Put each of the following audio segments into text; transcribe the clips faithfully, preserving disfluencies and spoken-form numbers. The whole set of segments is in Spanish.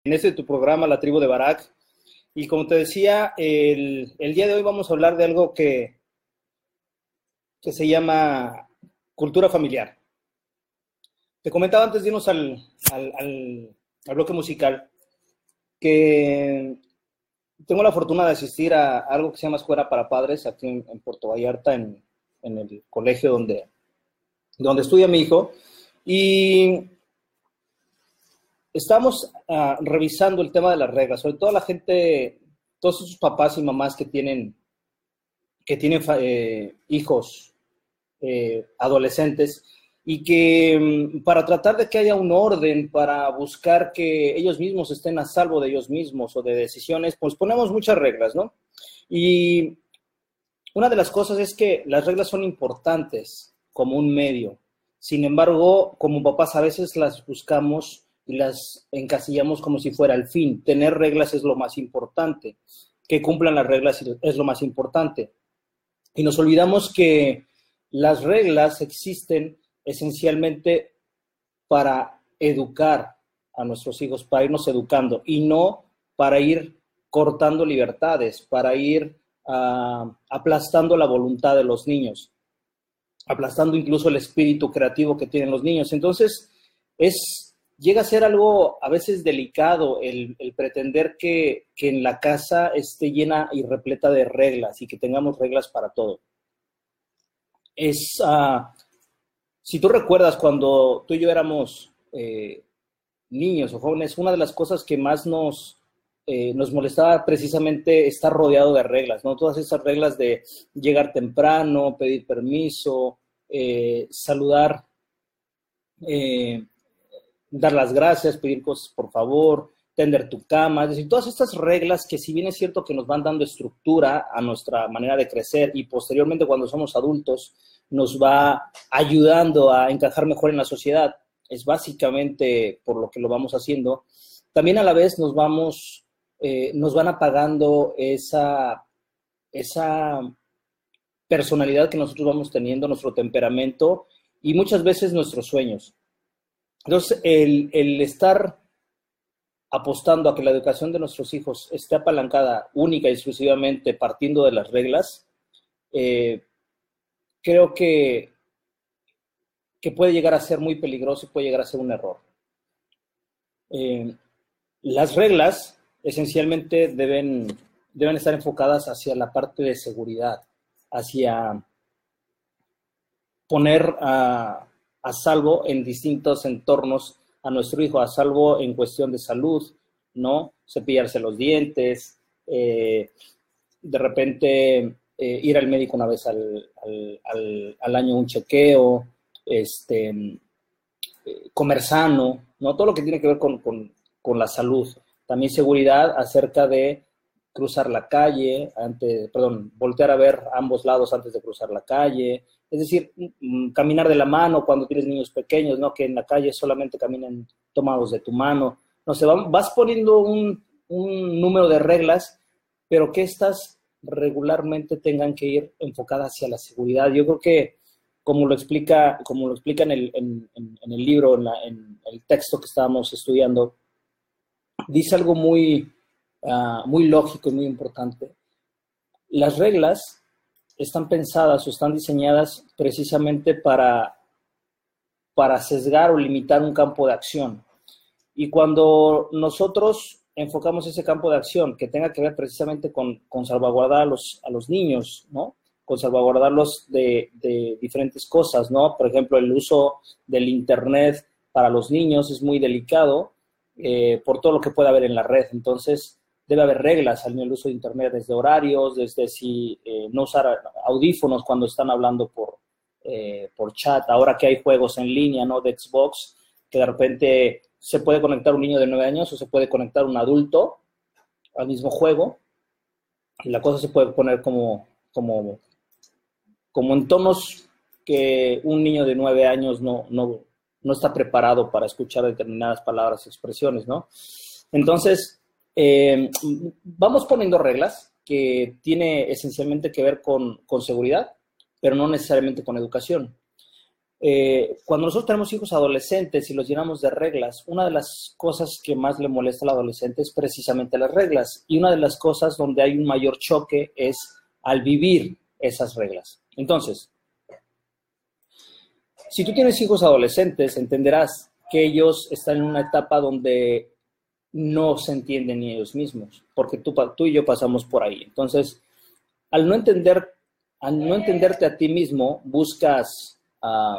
en este tu programa, La Tribu de Barak. Y como te decía, el, el día de hoy vamos a hablar de algo que, que se llama cultura familiar. Te comentaba antes de irnos al, al, al, al bloque musical que tengo la fortuna de asistir a algo que se llama Escuela para Padres aquí en, en Puerto Vallarta, en, en el colegio donde, donde estudia mi hijo. Y estamos uh, revisando el tema de las reglas, sobre todo la gente, todos esos papás y mamás que tienen, que tienen eh, hijos eh, adolescentes y que um, para tratar de que haya un orden, para buscar que ellos mismos estén a salvo de ellos mismos o de decisiones, pues ponemos muchas reglas, ¿no? Y una de las cosas es que las reglas son importantes como un medio. Sin embargo, como papás a veces las buscamos y las encasillamos como si fuera el fin. Tener reglas es lo más importante. Que cumplan las reglas es lo más importante. Y nos olvidamos que las reglas existen esencialmente para educar a nuestros hijos, para irnos educando, y no para ir cortando libertades, para ir uh, aplastando la voluntad de los niños, aplastando incluso el espíritu creativo que tienen los niños. Entonces, es, llega a ser algo a veces delicado el, el pretender que, que en la casa esté llena y repleta de reglas y que tengamos reglas para todo. Es, uh, si tú recuerdas cuando tú y yo éramos eh, niños o jóvenes, una de las cosas que más nos, eh, nos molestaba precisamente estar rodeado de reglas, ¿no? Todas esas reglas de llegar temprano, pedir permiso, eh, saludar, eh, dar las gracias, pedir cosas por favor, tender tu cama, es decir, todas estas reglas que si bien es cierto que nos van dando estructura a nuestra manera de crecer y posteriormente cuando somos adultos nos va ayudando a encajar mejor en la sociedad, es básicamente por lo que lo vamos haciendo, también a la vez nos vamos, eh, nos van apagando esa, esa personalidad que nosotros vamos teniendo, nuestro temperamento y muchas veces nuestros sueños. Entonces, el, el estar apostando a que la educación de nuestros hijos esté apalancada única y exclusivamente partiendo de las reglas, eh, creo que, que puede llegar a ser muy peligroso y puede llegar a ser un error. Eh, las reglas esencialmente deben, deben estar enfocadas hacia la parte de seguridad, hacia poner a, a salvo en distintos entornos a nuestro hijo, a salvo en cuestión de salud, ¿no? Cepillarse los dientes, eh, de repente eh, ir al médico una vez al, al, al, al año, un chequeo, este, eh, comer sano, ¿no? Todo lo que tiene que ver con, con, con la salud. También seguridad acerca de cruzar la calle, antes, perdón, voltear a ver a ambos lados antes de cruzar la calle, es decir, caminar de la mano cuando tienes niños pequeños, ¿no? Que en la calle solamente caminen tomados de tu mano. No sé, vas poniendo un, un número de reglas, pero que estas regularmente tengan que ir enfocadas hacia la seguridad. Yo creo que, como lo explica, como lo explica en el, en, en, en el libro, en, la, en el texto que estábamos estudiando, dice algo muy, uh, muy lógico y muy importante. Las reglas están pensadas o están diseñadas precisamente para, para sesgar o limitar un campo de acción. Y cuando nosotros enfocamos ese campo de acción que tenga que ver precisamente con, con salvaguardar a los, a los niños, ¿no? Con salvaguardarlos de, de diferentes cosas, ¿no? Por ejemplo, el uso del Internet para los niños es muy delicado eh, por todo lo que puede haber en la red. Entonces, debe haber reglas en el uso de Internet, desde horarios, desde si eh, no usar audífonos cuando están hablando por, eh, por chat. Ahora que hay juegos en línea, ¿no? De Xbox, que de repente se puede conectar un niño de nueve años o se puede conectar un adulto al mismo juego y la cosa se puede poner como, como, como en tonos que un niño de nueve años no, no, no está preparado para escuchar determinadas palabras y expresiones, ¿no? Entonces, Eh, vamos poniendo reglas que tiene esencialmente que ver con, con seguridad, pero no necesariamente con educación. eh, cuando nosotros tenemos hijos adolescentes y los llenamos de reglas, una de las cosas que más le molesta al adolescente es precisamente las reglas. Y una de las cosas donde hay un mayor choque es al vivir esas reglas. Entonces, si tú tienes hijos adolescentes, entenderás que ellos están en una etapa donde no se entienden ni ellos mismos, porque tú, tú y yo pasamos por ahí. Entonces, al no entender, al no entenderte a ti mismo, buscas, uh,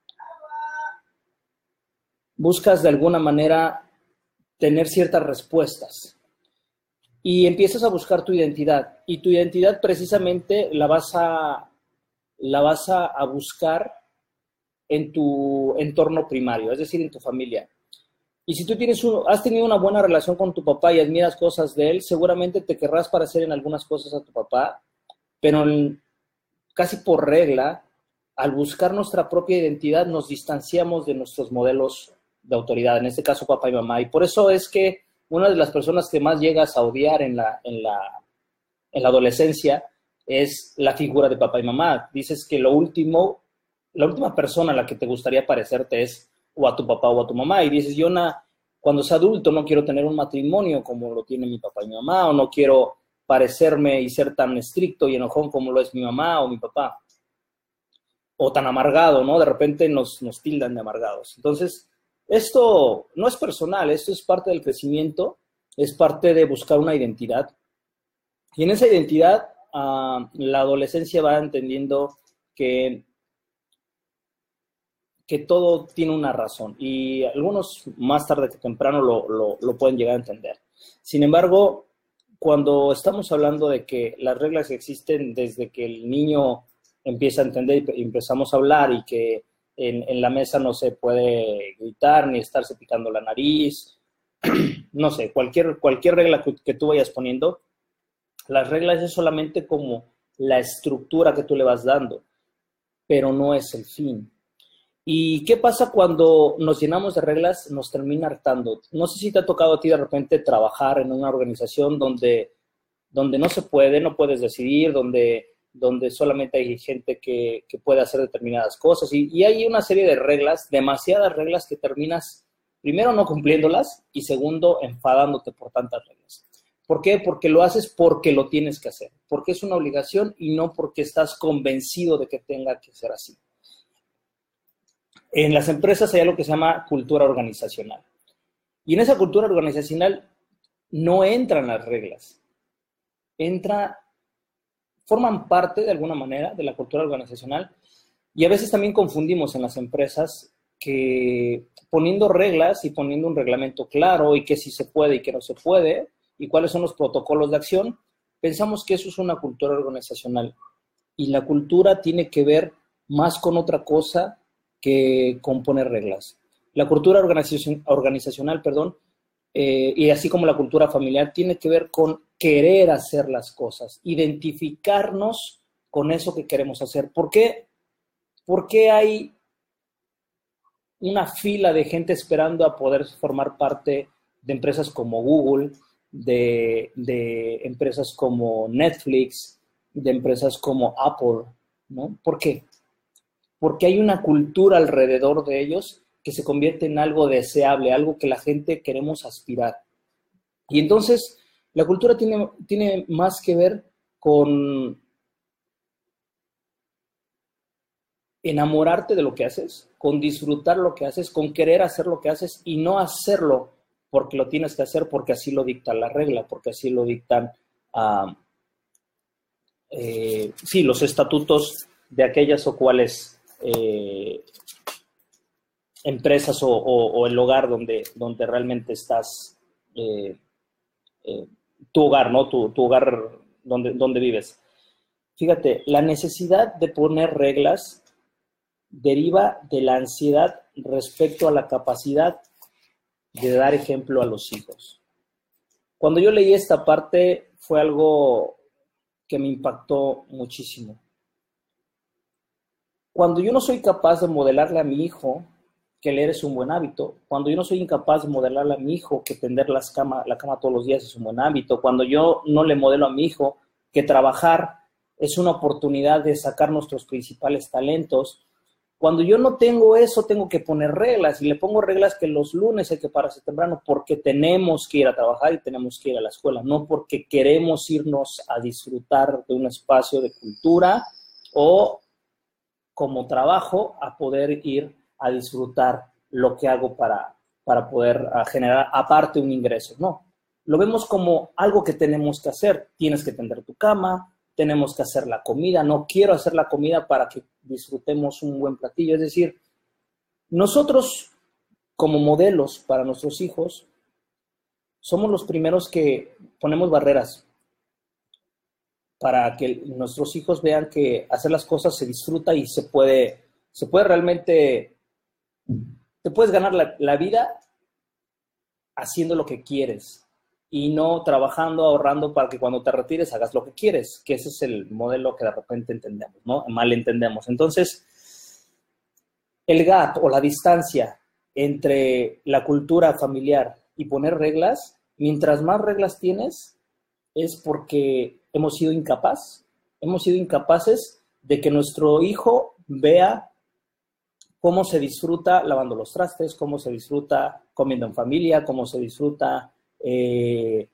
buscas de alguna manera tener ciertas respuestas y empiezas a buscar tu identidad. Y tu identidad precisamente la vas a, la vas a, a buscar en tu entorno primario, es decir, en tu familia. Y si tú tienes un, has tenido una buena relación con tu papá y admiras cosas de él, seguramente te querrás parecer en algunas cosas a tu papá, pero en, casi por regla, al buscar nuestra propia identidad, nos distanciamos de nuestros modelos de autoridad, en este caso papá y mamá. Y por eso es que una de las personas que más llegas a odiar en la, en la, en la adolescencia es la figura de papá y mamá. Dices que lo último, la última persona a la que te gustaría parecerte es o a tu papá o a tu mamá, y dices, yo na, cuando sea adulto no quiero tener un matrimonio como lo tiene mi papá y mi mamá, o no quiero parecerme y ser tan estricto y enojón como lo es mi mamá o mi papá, o tan amargado, ¿no? De repente nos, nos tildan de amargados. Entonces, esto no es personal, esto es parte del crecimiento, es parte de buscar una identidad, y en esa identidad uh, la adolescencia va entendiendo que que todo tiene una razón, y algunos más tarde que temprano lo, lo, lo pueden llegar a entender. Sin embargo, cuando estamos hablando de que las reglas existen desde que el niño empieza a entender y empezamos a hablar, y que en, en la mesa no se puede gritar ni estarse picando la nariz, no sé, cualquier, cualquier regla que, que tú vayas poniendo, las reglas es solamente como la estructura que tú le vas dando, pero no es el fin. ¿Y qué pasa cuando nos llenamos de reglas? Nos termina hartando. No sé si te ha tocado a ti de repente trabajar en una organización donde, donde no se puede, no puedes decidir, donde, donde solamente hay gente que, que puede hacer determinadas cosas. Y, y hay una serie de reglas, demasiadas reglas, que terminas, primero, no cumpliéndolas, y segundo, enfadándote por tantas reglas. ¿Por qué? Porque lo haces porque lo tienes que hacer, porque es una obligación y no porque estás convencido de que tenga que ser así. En las empresas hay algo que se llama cultura organizacional. Y en esa cultura organizacional no entran las reglas. Entra, forman parte de alguna manera de la cultura organizacional, y a veces también confundimos en las empresas que poniendo reglas y poniendo un reglamento claro y que si se puede y que no se puede y cuáles son los protocolos de acción, pensamos que eso es una cultura organizacional. Y la cultura tiene que ver más con otra cosa que componer reglas. La cultura organizacion, organizacional, perdón, eh, y así como la cultura familiar, tiene que ver con querer hacer las cosas, identificarnos con eso que queremos hacer. ¿Por qué? ¿Por qué hay una fila de gente esperando a poder formar parte de empresas como Google, de, de empresas como Netflix, de empresas como Apple, ¿no? ¿Por qué? Porque hay una cultura alrededor de ellos que se convierte en algo deseable, algo que la gente queremos aspirar. Y entonces, la cultura tiene, tiene más que ver con enamorarte de lo que haces, con disfrutar lo que haces, con querer hacer lo que haces y no hacerlo porque lo tienes que hacer, porque así lo dicta la regla, porque así lo dictan uh, eh, sí, los estatutos de aquellas o cuales Eh, empresas o, o, o el hogar donde, donde realmente estás, eh, eh, tu hogar, ¿no? Tu, tu hogar donde, donde vives. Fíjate, la necesidad de poner reglas deriva de la ansiedad respecto a la capacidad de dar ejemplo a los hijos. Cuando yo leí esta parte fue algo que me impactó muchísimo. Cuando yo no soy capaz de modelarle a mi hijo que leer es un buen hábito, cuando yo no soy incapaz de modelarle a mi hijo que tender las cama, la cama todos los días es un buen hábito, cuando yo no le modelo a mi hijo que trabajar es una oportunidad de sacar nuestros principales talentos, Cuando yo no tengo eso, tengo que poner reglas, y le pongo reglas que los lunes hay que pararse temprano porque tenemos que ir a trabajar y tenemos que ir a la escuela, no porque queremos irnos a disfrutar de un espacio de cultura o como trabajo a poder ir a disfrutar lo que hago para, para poder generar aparte un ingreso. No, lo vemos como algo que tenemos que hacer. Tienes que tender tu cama, tenemos que hacer la comida, no quiero hacer la comida para que disfrutemos un buen platillo. Es decir, nosotros como modelos para nuestros hijos somos los primeros que ponemos barreras para que nuestros hijos vean que hacer las cosas se disfruta y se puede, se puede realmente, te puedes ganar la, la vida haciendo lo que quieres y no trabajando, ahorrando para que cuando te retires hagas lo que quieres, que ese es el modelo que de repente entendemos, ¿no? Mal entendemos. Entonces, el gap o la distancia entre la cultura familiar y poner reglas, mientras más reglas tienes, es porque hemos sido incapaz, hemos sido incapaces de que nuestro hijo vea cómo se disfruta lavando los trastes, cómo se disfruta comiendo en familia, cómo se disfruta eh,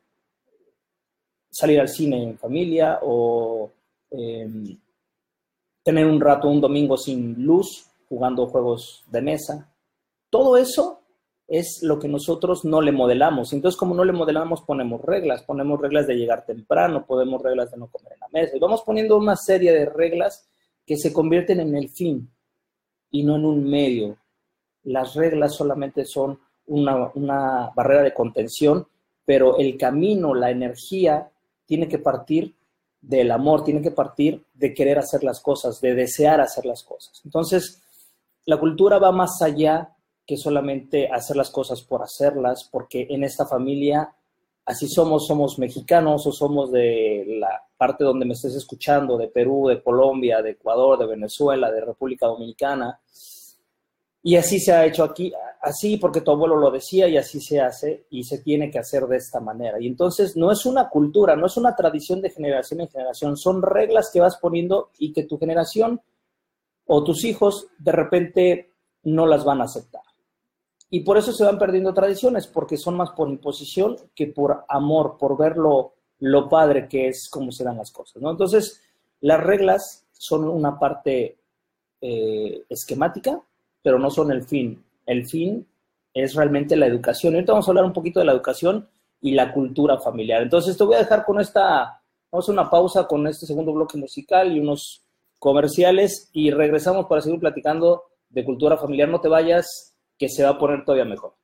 salir al cine en familia o eh, tener un rato, un domingo sin luz, jugando juegos de mesa. Todo eso es lo que nosotros no le modelamos. Entonces, como no le modelamos, ponemos reglas. Ponemos reglas de llegar temprano, ponemos reglas de no comer en la mesa. Y vamos poniendo una serie de reglas que se convierten en el fin y no en un medio. Las reglas solamente son una, una barrera de contención, pero el camino, la energía, tiene que partir del amor, tiene que partir de querer hacer las cosas, de desear hacer las cosas. Entonces, la cultura va más allá que solamente hacer las cosas por hacerlas, porque en esta familia así somos, somos mexicanos o somos de la parte donde me estés escuchando, de Perú, de Colombia, de Ecuador, de Venezuela, de República Dominicana, y así se ha hecho aquí, así porque tu abuelo lo decía y así se hace y se tiene que hacer de esta manera. Y entonces no es una cultura, no es una tradición de generación en generación, son reglas que vas poniendo y que tu generación o tus hijos de repente no las van a aceptar. Y por eso se van perdiendo tradiciones, porque son más por imposición que por amor, por ver lo, lo padre que es cómo se dan las cosas, ¿no? Entonces, las reglas son una parte eh, esquemática, pero no son el fin. El fin es realmente la educación. Y ahorita vamos a hablar un poquito de la educación y la cultura familiar. Entonces, te voy a dejar con esta, vamos a hacer una pausa con este segundo bloque musical y unos comerciales y regresamos para seguir platicando de cultura familiar. No te vayas, que se va a poner todavía mejor.